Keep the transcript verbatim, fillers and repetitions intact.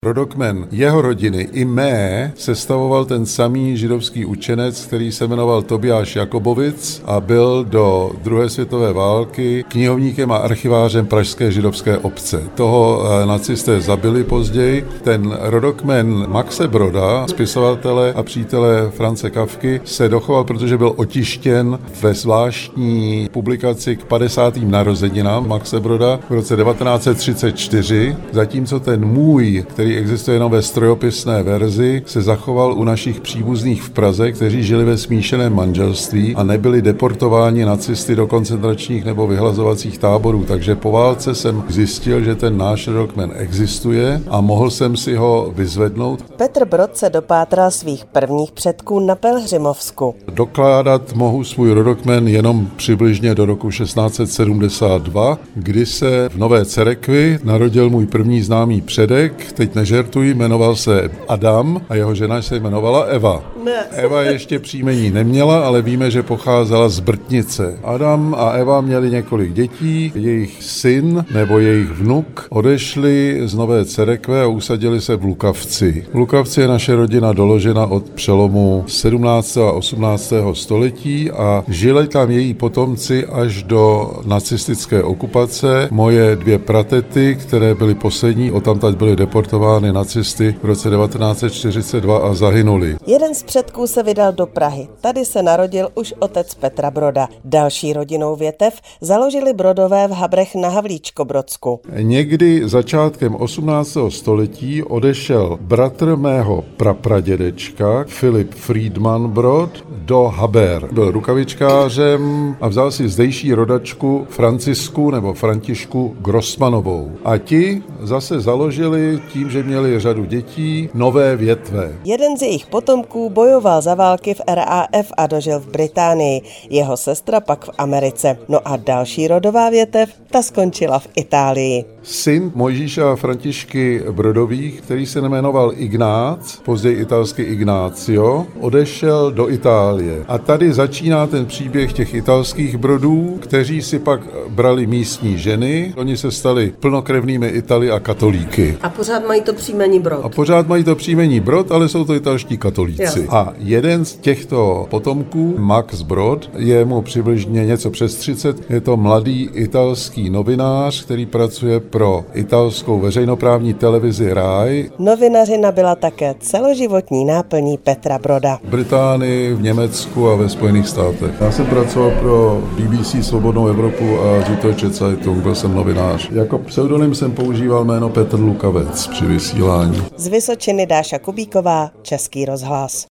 Rodokmen jeho rodiny i mé sestavoval ten samý židovský učenec, který se jmenoval Tobiáš Jakobovic a byl do druhé světové války knihovníkem a archivářem pražské židovské obce. Toho nacisté zabili později. Ten rodokmen Maxe Broda, spisovatele a přítele Franze Kafky, se dochoval, protože byl otištěn ve zvláštní publikaci k padesátým narozeninám Maxe Broda v roce devatenáct set třicet čtyři, zatímco ten můj, který existuje jenom ve strojopisné verzi, se zachoval u našich příbuzných v Praze, kteří žili ve smíšeném manželství a nebyli deportováni nacisty do koncentračních nebo vyhlazovacích táborů. Takže po válce jsem zjistil, že ten náš rodokmen existuje a mohl jsem si ho vyzvednout. Petr Brod se dopátral svých prvních předků na Pelhřimovsku. Dokládat mohu svůj rodokmen jenom přibližně do roku šestnáct set sedmdesát dva, kdy se v Nové Cerekvi narodil můj první známý předek, teď nežertuji, jmenoval se Adam a jeho žena se jmenovala Eva. Ne. Eva ještě příjmení neměla, ale víme, že pocházela z Brtnice. Adam a Eva měli několik dětí, jejich syn nebo jejich vnuk odešli z Nové Cerekve a usadili se v Lukavci. V Lukavci je naše rodina doložena od přelomu sedmnáctého a osmnáctého století a žili tam její potomci až do nacistické okupace. Moje dvě pratety, které byly poslední, odtamtud byly deportovány nacisty v roce devatenáct set čtyřicet dva a zahynuli. Jeden z předků se vydal do Prahy. Tady se narodil už otec Petra Broda. Další rodinou větev založili Brodové v Habrech na Havlíčkobrodsku. Někdy začátkem osmnáctého století odešel bratr mého prapradědečka Filip Friedman Brod do Haber. Byl rukavičkářem a vzal si zdejší rodačku Francisku nebo Františku Grossmanovou. A ti zase založili tím, že měli řadu dětí, nové větve. Jeden z jejich potomků bojoval za války v R A F a dožil v Británii. Jeho sestra pak v Americe. No a další rodová větev, ta skončila v Itálii. Syn Mojžíše a Františky Brodových, který se jmenoval Ignác, později italsky Ignácio, odešel do Itálie. A tady začíná ten příběh těch italských Brodů, kteří si pak brali místní ženy. Oni se stali plnokrevnými Italy a katolíky. A pořád mají to příjmení Brod. A pořád mají to příjmení Brod, ale jsou to italští katolíci. Jasně. A jeden z těchto potomků, Max Brod, je mu přibližně něco přes třicet. Je to mladý italský novinář, který pracuje pro italskou veřejnoprávní televizi Rai. Novinařina byla také celoživotní náplní Petra Broda. V Británii, v Německu a ve Spojených státech. Já jsem pracoval pro B B C Svobodnou Evropu a Süddeutsche Zeitung, byl jsem novinář. Jako pseudonym jsem používal jméno Petr Lukavec při vysílání. Z Vysočiny Dáša Kubíková, Český rozhlas.